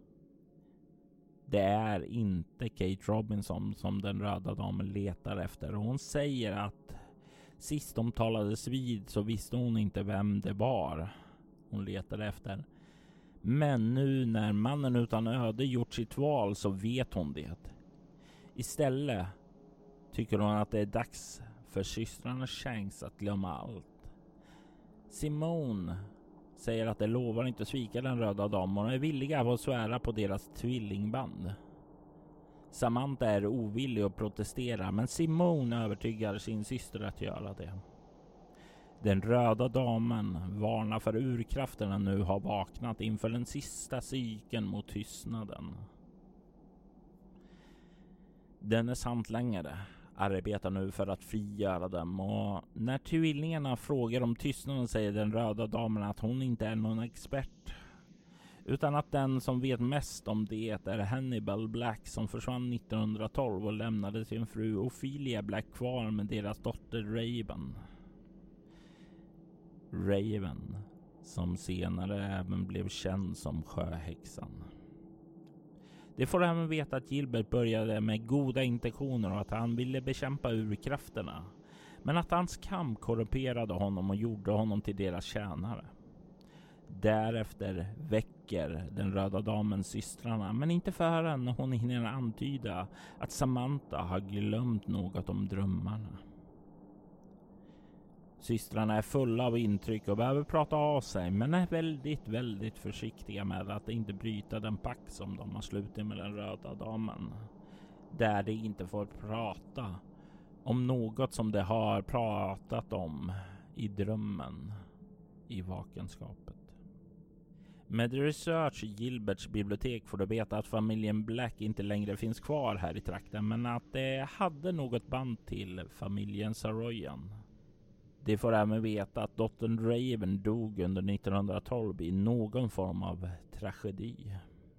Det är inte Kate Robinson som den röda damen letar efter. Hon säger att sist de talades vid så visste hon inte vem det var hon letade efter. Men nu när mannen utan öde gjort sitt val så vet hon det. Istället tycker hon att det är dags för systrarna Shanks att glömma allt. Simone säger att de lovar inte svika den röda damen och är villiga att svära på deras tvillingband. Samantha är ovillig att protestera, men Simone övertygar sin syster att göra det. Den röda damen varnar för urkrafterna nu har vaknat inför den sista cykeln mot tystnaden. Dennes handläggare arbetar nu för att frigöra dem och när tvillingarna frågar om tystnaden säger den röda damen att hon inte är någon expert utan att den som vet mest om det är Hannibal Black som försvann nittonhundratolv och lämnade sin fru Ophelia Black kvar med deras dotter Raven. Raven som senare även blev känd som Sjöhäxan. Det får även veta att Gilbert började med goda intentioner och att han ville bekämpa urkrafterna. Men att hans kamp korrumperade honom och gjorde honom till deras tjänare. Därefter väcker den röda damen systrarna, men inte förrän hon hinner antyda att Samantha har glömt något om drömmarna. Systrarna är fulla av intryck och behöver prata av sig, men är väldigt, väldigt försiktiga med att inte bryta den pakt som de har slutit med den röda damen. Där de inte får prata om något som de har pratat om i drömmen i vakenskapet. Med research i Gilberts bibliotek får du veta att familjen Black inte längre finns kvar här i trakten, men att det hade något band till familjen Saroyan. De får även veta att dottern Raven dog under nittonhundratolv i någon form av tragedi.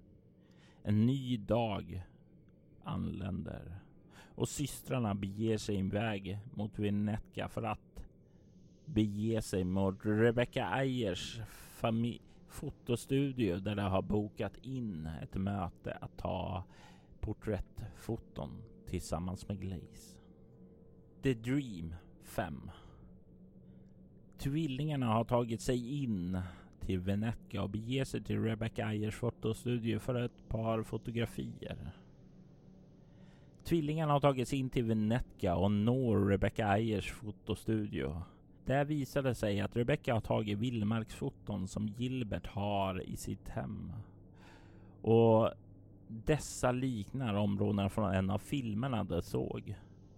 En ny dag anländer och systrarna beger sig en väg mot Vinetka för att bege sig mot Rebecca Ayers familj fotostudio där de har bokat in ett möte att ta porträttfoton tillsammans med Glaze. The Dream fem. Tvillingarna har tagit sig in till Vinetka och beger sig till Rebecca Ayers fotostudio för ett par fotografier. Tvillingarna har tagit sig in till Vinetka och når Rebecca Ayers fotostudio. Där visade sig att Rebecca har tagit vildmarksfoton som Gilbert har i sitt hem. Och dessa liknar områdena från en av filmerna de såg.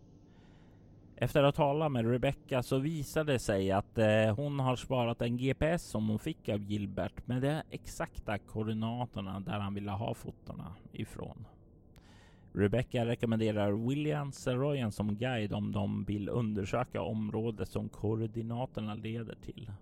Efter att tala med Rebecca så visade det sig att eh, hon har sparat en G P S som hon fick av Gilbert med de exakta koordinaterna där han ville ha fotorna ifrån. Rebecca rekommenderar William Saroyan som guide om de vill undersöka området som koordinaterna leder till.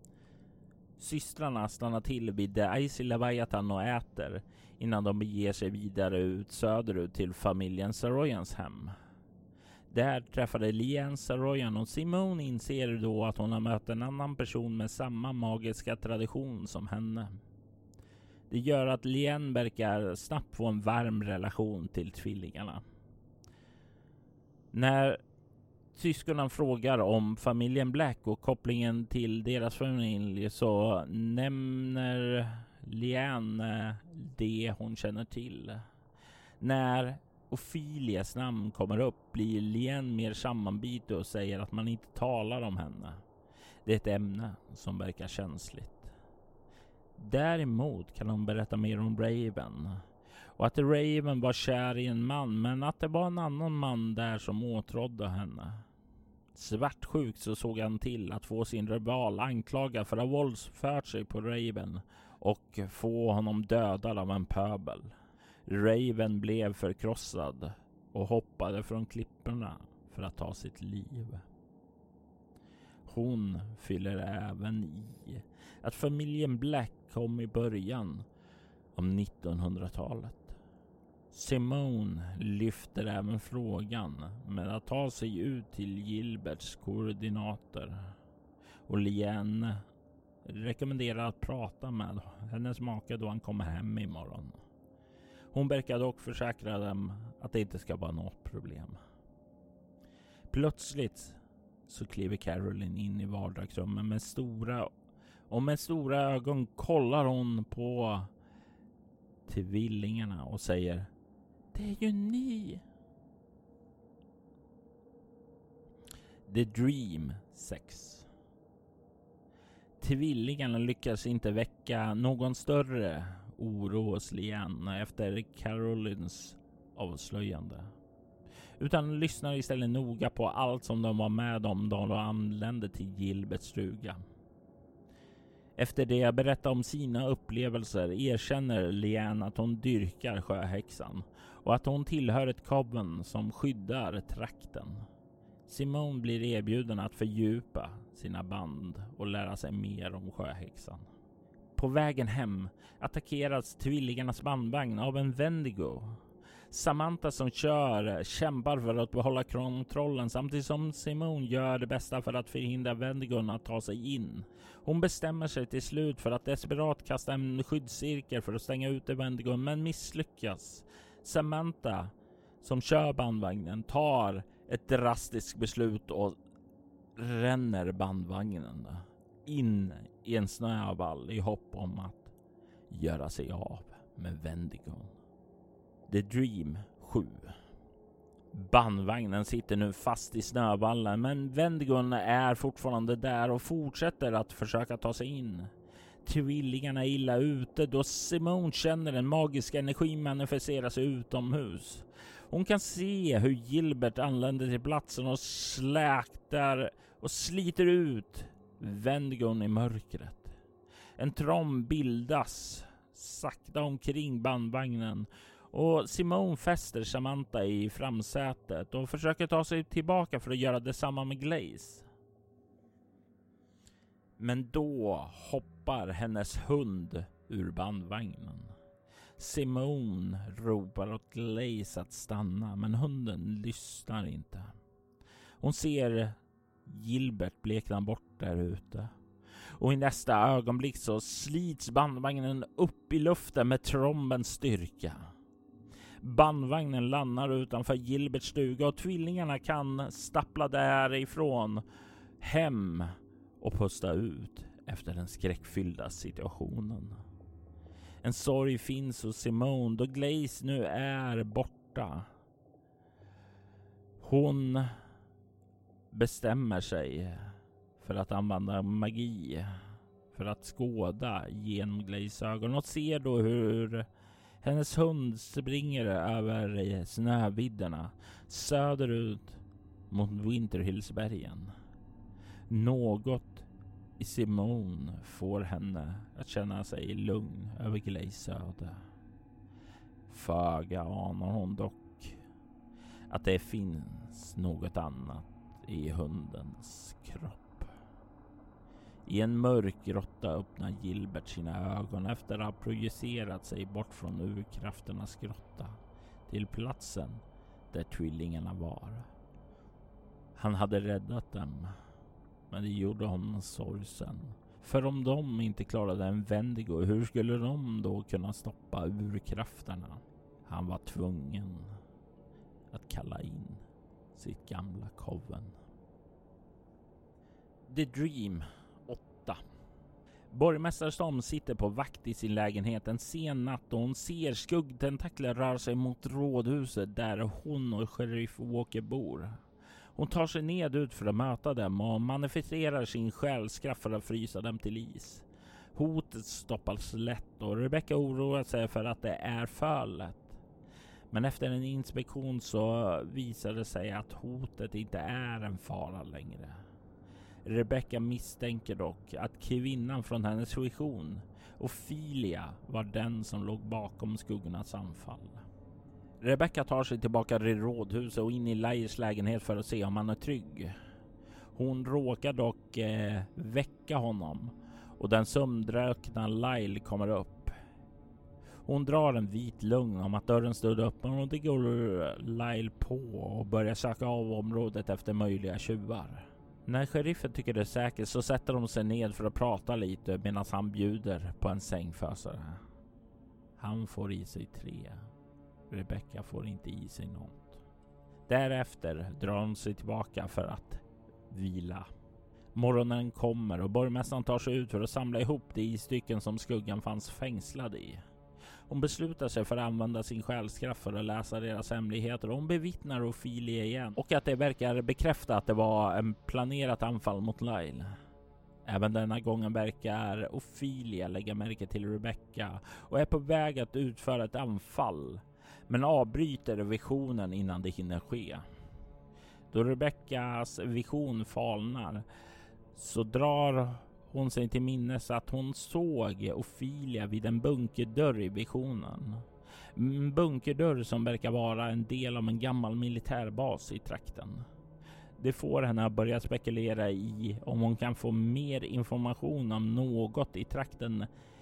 Systrarna stannar till vid Icy Leviathan och äter innan de beger sig vidare ut söderut till familjen Saroyans hem. Där träffade Liane Saroyan och Simone inser då att hon har mött en annan person med samma magiska tradition som henne. Det gör att Liane verkar snabbt få en varm relation till tvillingarna. När syskonen frågar om familjen Black och kopplingen till deras familj så nämner Liane det hon känner till. När Ophelias namn kommer upp blir Liane mer sammanbiten och säger att man inte talar om henne. Det är ett ämne som verkar känsligt. Däremot kan hon berätta mer om Raven. Och att Raven var kär i en man, men att det var en annan man där som åtrådde henne. Svartsjukt så såg han till att få sin rival anklagad för att ha våldsfört sig på Raven och få honom dödad av en pöbel. Raven blev förkrossad och hoppade från klipporna för att ta sitt liv. Hon fyller även i att familjen Black kom i början om nittonhundratalet. Simone lyfter även frågan med att ta sig ut till Gilberts koordinater. Och Liane rekommenderar att prata med hennes make då han kommer hem imorgon. Hon verkar dock försäkra dem att det inte ska vara något problem. Plötsligt så kliver Caroline in i vardagsrummet med stora och med stora ögon kollar hon på tvillingarna och säger: det är ju ni. The Dream sex. Tvillingarna lyckas inte väcka någon större oro hos Liane efter Carolines avslöjande, utan lyssnar istället noga på allt som de var med om då de anlände till Gilberts stuga. Efter det jag berättar om sina upplevelser erkänner Liane att hon dyrkar sjöhäxan och att hon tillhör ett coven som skyddar trakten. Simone blir erbjuden att fördjupa sina band och lära sig mer om sjöhäxan. På vägen hem attackeras tvillingarnas bandvagn av en Wendigo. Samantha som kör kämpar för att behålla kontrollen samtidigt som Simone gör det bästa för att förhindra Wendigon att ta sig in. Hon bestämmer sig till slut för att desperat kasta en skyddscirkel för att stänga ut Wendigon, men misslyckas. Samantha som kör bandvagnen tar ett drastiskt beslut och ränner bandvagnen in i en snövall i hopp om att göra sig av med Wendigon. The Dream sju. Bandvagnen sitter nu fast i snövallen, men Wendigon är fortfarande där och fortsätter att försöka ta sig in. Tvillingarna är illa ute då Simone känner en magisk energi manifestera sig utomhus. Hon kan se hur Gilbert anländer till platsen och släktar och sliter ut Wendigon i mörkret. En tromb bildas sakta omkring bandvagnen och Simone fäster Samantha i framsätet och försöker ta sig tillbaka för att göra detsamma med Glaze. Men då hoppar hennes hund ur bandvagnen. Simone ropar åt Glaze att stanna, men hunden lyssnar inte. Hon ser Gilbert blekna bort där ute. Och i nästa ögonblick så slits bandvagnen upp i luften med trombens styrka. Bandvagnen landar utanför Gilberts stuga och tvillingarna kan stappla därifrån hem och pusta ut efter den skräckfyllda situationen. En sorg finns hos Simone då Glaze nu är borta. Hon bestämmer sig för att använda magi för att skåda genom Glaze ögon och ser då hur hennes hund springer över snövidderna söderut mot Winterhillsbergen. Något i Simone får henne att känna sig lugn över Glaze öde. Föga anar hon dock att det finns något annat i hundens kropp. I en mörk grotta öppnar Gilbert sina ögon efter att ha projicerat sig bort från urkrafternas grotta till platsen där tvillingarna var. Han hade räddat dem, men det gjorde honom sorgsen. För om de inte klarade en Wendigo, hur skulle de då kunna stoppa urkrafterna? Han var tvungen att kalla in sitt gamla coven. The Dream åtta. Borgmästare Storm sitter på vakt i sin lägenhet en sen natt och hon ser skuggtentakler röra sig mot rådhuset där hon och sheriff Walker bor. Hon tar sig ned ut för att möta dem och manifesterar sin själskraft för att frysa dem till is. Hotet stoppas lätt och Rebecca oroar sig för att det är för lätt. Men efter en inspektion så visar det sig att hotet inte är en fara längre. Rebecca misstänker dock att kvinnan från hennes vision, Ophelia, var den som låg bakom skuggornas anfall. Rebecca tar sig tillbaka till rådhuset och in i Lyles lägenhet för att se om han är trygg. Hon råkar dock eh, väcka honom och den sömndrökna Lyle kommer upp. Hon drar en vit lugn om att dörren stod öppen och det går Lyle på och börjar söka av området efter möjliga tjuvar. När sheriffen tycker det är säkert så sätter de sig ned för att prata lite medan han bjuder på en sängfösare. Han får i sig tre. Rebecca får inte i sig något. Därefter drar hon sig tillbaka för att vila. Morgonen kommer och borgmästaren tar sig ut för att samla ihop de isstycken som skuggan fanns fängslad i. Hon beslutar sig för att använda sin själskraft för att läsa deras hemligheter och hon bevittnar Ophelia igen och att det verkar bekräfta att det var en planerat anfall mot Lyle. Även denna gången verkar Ophelia lägga märke till Rebecca och är på väg att utföra ett anfall men avbryter visionen innan det hinner ske. Då Rebeccas vision falnar så drar hon sig till minnes att hon såg Ophelia vid en bunkerdörr i visionen. En bunkerdörr som verkar vara en del av en gammal militärbas i trakten. Det får henne att börja spekulera i om hon kan få mer information om något i trakten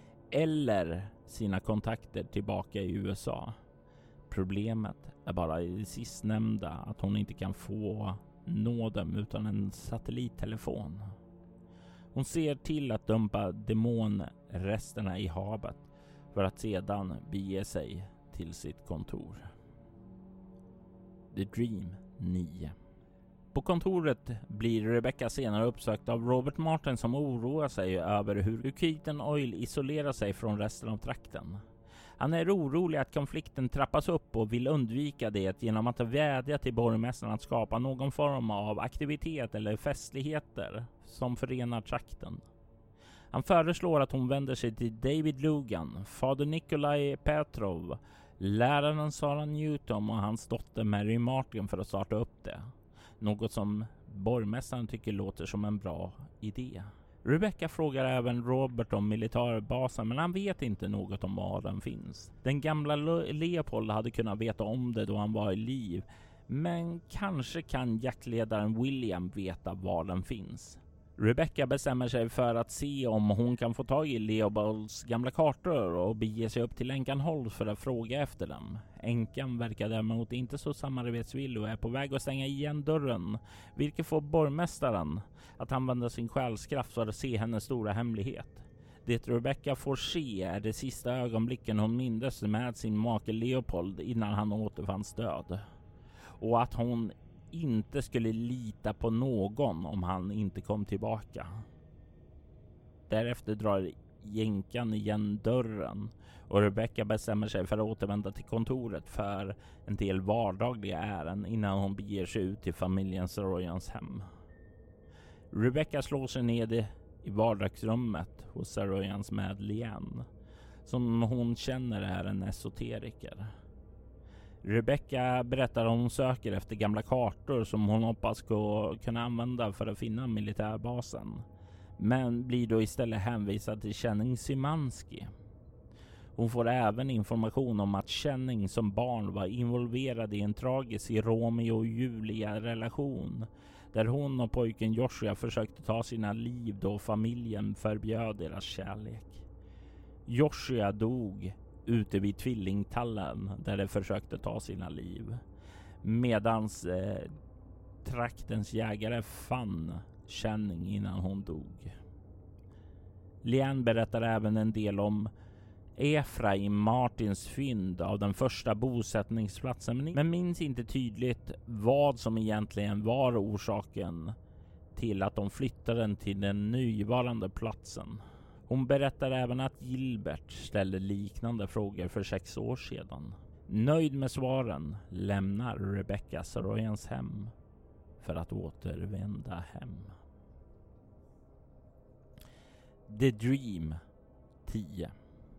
eller sina kontakter tillbaka i U S A. Problemet är bara i det sistnämnda att hon inte kan få nå dem utan en satellittelefon. Hon ser till att dumpa demonresterna i havet för att sedan bege sig till sitt kontor. The Dream nio. På kontoret blir Rebecca senare uppsökt av Robert Martin som oroar sig över hur Keaton Oil isolerar sig från resten av trakten. Han är orolig att konflikten trappas upp och vill undvika det genom att vädja till borgmästaren att skapa någon form av aktivitet eller festligheter som förenar trakten. Han föreslår att hon vänder sig till David Logan, fader Nikolaj Petrov, läraren Sarah Newton och hans dotter Mary Martin för att starta upp det. Något som borgmästaren tycker låter som en bra idé. Rebecca frågar även Robert om militärbasen men han vet inte något om var den finns. Den gamla Leopold hade kunnat veta om det då han var i liv, men kanske kan jaktledaren William veta var den finns. Rebecca bestämmer sig för att se om hon kan få tag i Leopolds gamla kartor och bege sig upp till änkan Holt för att fråga efter dem. Änkan verkar däremot inte så samarbetsvillig och är på väg att stänga igen dörren, vilket får borgmästaren att använda sin själskraft för att se hennes stora hemlighet. Det Rebecca får se är de sista ögonblicken hon mindes med sin make Leopold innan han återfanns död. Och att hon inte skulle lita på någon om han inte kom tillbaka. Därefter drar jänkan igen dörren och Rebecca bestämmer sig för att återvända till kontoret för en del vardagliga ärenden innan hon beger sig ut till familjen Saroyans hem. Rebecca slår sig ned i vardagsrummet hos Saroyans med Lian, som hon känner är en esoteriker. Rebecca berättar om hon söker efter gamla kartor som hon hoppas ska kunna använda för att finna militärbasen, men blir då istället hänvisad till Channing Szymanski. Hon får även information om att Channing som barn var involverad i en tragisk Romeo och Julia-relation där hon och pojken Joshua försökte ta sina liv då familjen förbjöd deras kärlek. Joshua dog ute vid tvillingtallen där de försökte ta sina liv, medans eh, traktens jägare fann Channing innan hon dog. Lian berättar även en del om Efraim Martins fynd av den första bosättningsplatsen, men minns inte tydligt vad som egentligen var orsaken till att de flyttar den till den nuvarande platsen. Hon berättar även att Gilbert ställde liknande frågor för sex år sedan. Nöjd med svaren lämnar Rebecca Saroyans hem för att återvända hem. The Dream tio.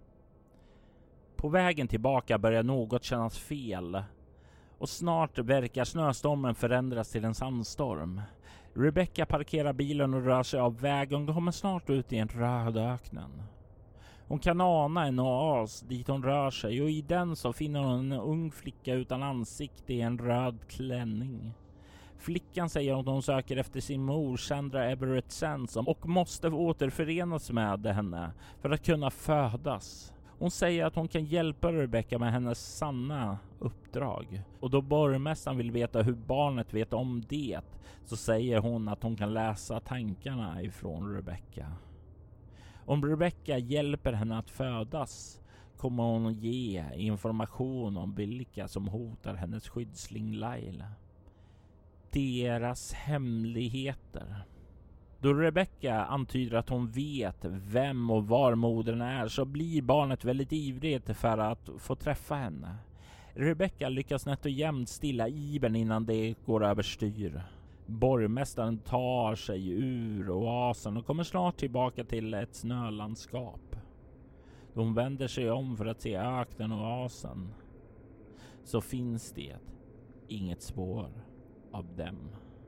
På vägen tillbaka börjar något kännas fel och snart verkar snöstormen förändras till en sandstorm. Rebecca parkerar bilen och rör sig av vägen och kommer snart ut i en röd öknen. Hon kan ana en oas dit hon rör sig och i den så finner hon en ung flicka utan ansikte i en röd klänning. Flickan säger att hon söker efter sin mor Sandra Everett Sands och måste återförenas med henne för att kunna födas. Hon säger att hon kan hjälpa Rebecca med hennes sanna uppdrag. Och då borgmästaren vill veta hur barnet vet om det så säger hon att hon kan läsa tankarna ifrån Rebecca. Om Rebecca hjälper henne att födas kommer hon ge information om vilka som hotar hennes skyddsling Lyle. Deras hemligheter. Då Rebecca antyder att hon vet vem och var modern är så blir barnet väldigt ivrigt för att få träffa henne. Rebecca lyckas nätt och jämnt stilla ivern innan det går överstyr. Borgmästaren tar sig ur oasen och kommer snart tillbaka till ett snölandskap. Då hon vänder sig om för att se öknen och oasen så finns det inget spår av dem.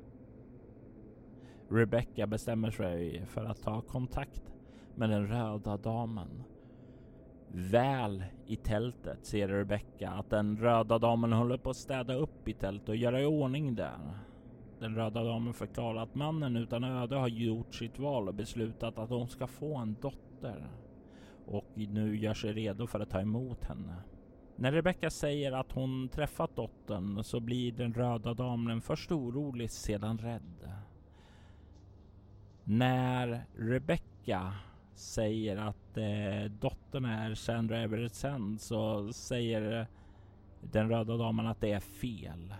Rebecca bestämmer sig för att ta kontakt med den röda damen. Väl i tältet ser Rebecca att den röda damen håller på att städa upp i tältet och göra i ordning där. Den röda damen förklarar att mannen utan öde har gjort sitt val och beslutat att hon ska få en dotter. Och nu gör sig redo för att ta emot henne. När Rebecca säger att hon träffat dottern så blir den röda damen först orolig sedan rädd. När Rebecca säger att eh, dottern är Sandra Everett Sands så säger den röda damen att det är fel.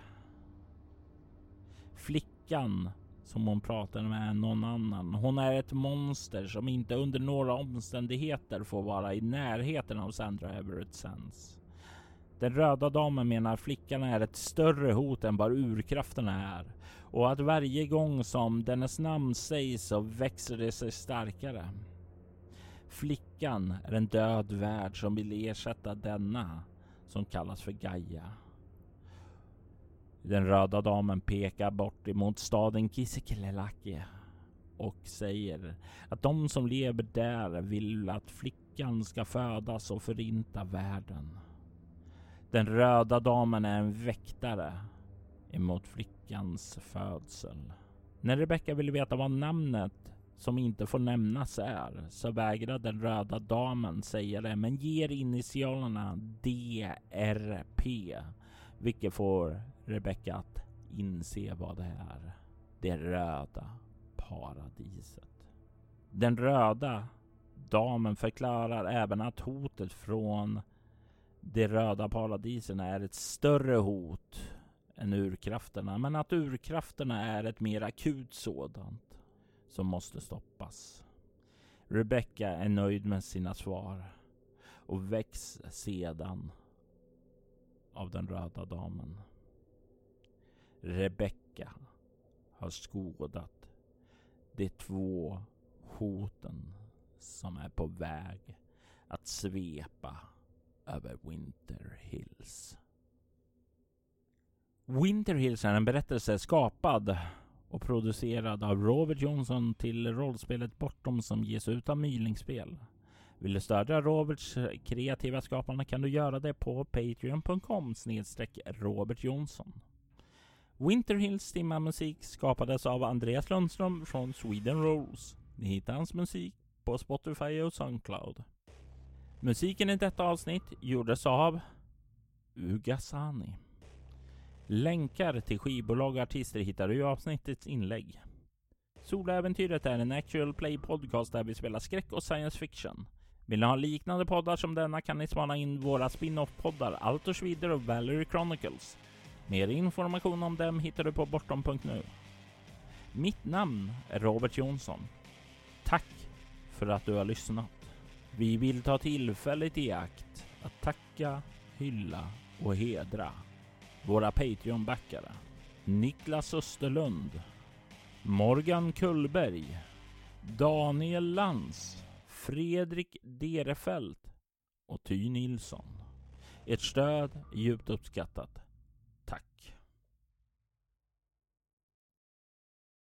Flickan som hon pratar med någon annan. Hon är ett monster som inte under några omständigheter får vara i närheten av Sandra Everett Sands. Den röda damen menar flickan är ett större hot än vad urkrafterna är. Och att varje gång som dennes namn sägs så växer det sig starkare. Flickan är en död värld som vill ersätta denna som kallas för Gaia. Den röda damen pekar bort emot staden Kisikilelaki och säger att de som lever där vill att flickan ska födas och förinta världen. Den röda damen är en väktare emot flickans födsel. När Rebecca vill veta vad namnet som inte får nämnas är så vägrar den röda damen säga det men ger initialerna D R P vilket får Rebecca att inse vad det är. Det röda paradiset. Den röda damen förklarar även att hotet från de röda paradisen är ett större hot än urkrafterna, men att urkrafterna är ett mer akut sådant som måste stoppas. Rebecca är nöjd med sina svar och väcks sedan av den röda damen. Rebecca har skådat de två hoten som är på väg att svepa över Winter Hills. Winter Hills är en berättelse skapad och producerad av Robert Johnson till rollspelet Bortom som ges ut av Mylingspel. Vill du stödja Roberts kreativa skapande kan du göra det på patreon punkt com snedstreck Robert Jonsson. Winter Hills musik skapades av Andreas Lundström från Sweden Rolls. Ni hittar hans musik på Spotify och Soundcloud. Musiken i detta avsnitt gjordes av Ugasani. Länkar till skivbolag och artister hittar du i avsnittets inlägg. Soläventyret är en actual play podcast där vi spelar skräck och science fiction. Vill ni ha liknande poddar som denna kan ni spana in våra spin-off-poddar Altors Vidder och Valerie Chronicles. Mer information om dem hittar du på bortom punkt nu. Mitt namn är Robert Jonsson. Tack för att du har lyssnat. Vi vill ta tillfället i akt att tacka, hylla och hedra våra Patreon-backare. Niklas Österlund, Morgan Kullberg, Daniel Lantz, Fredrik Derefelt och Ty Nilsson. Ert stöd är djupt uppskattat. Tack.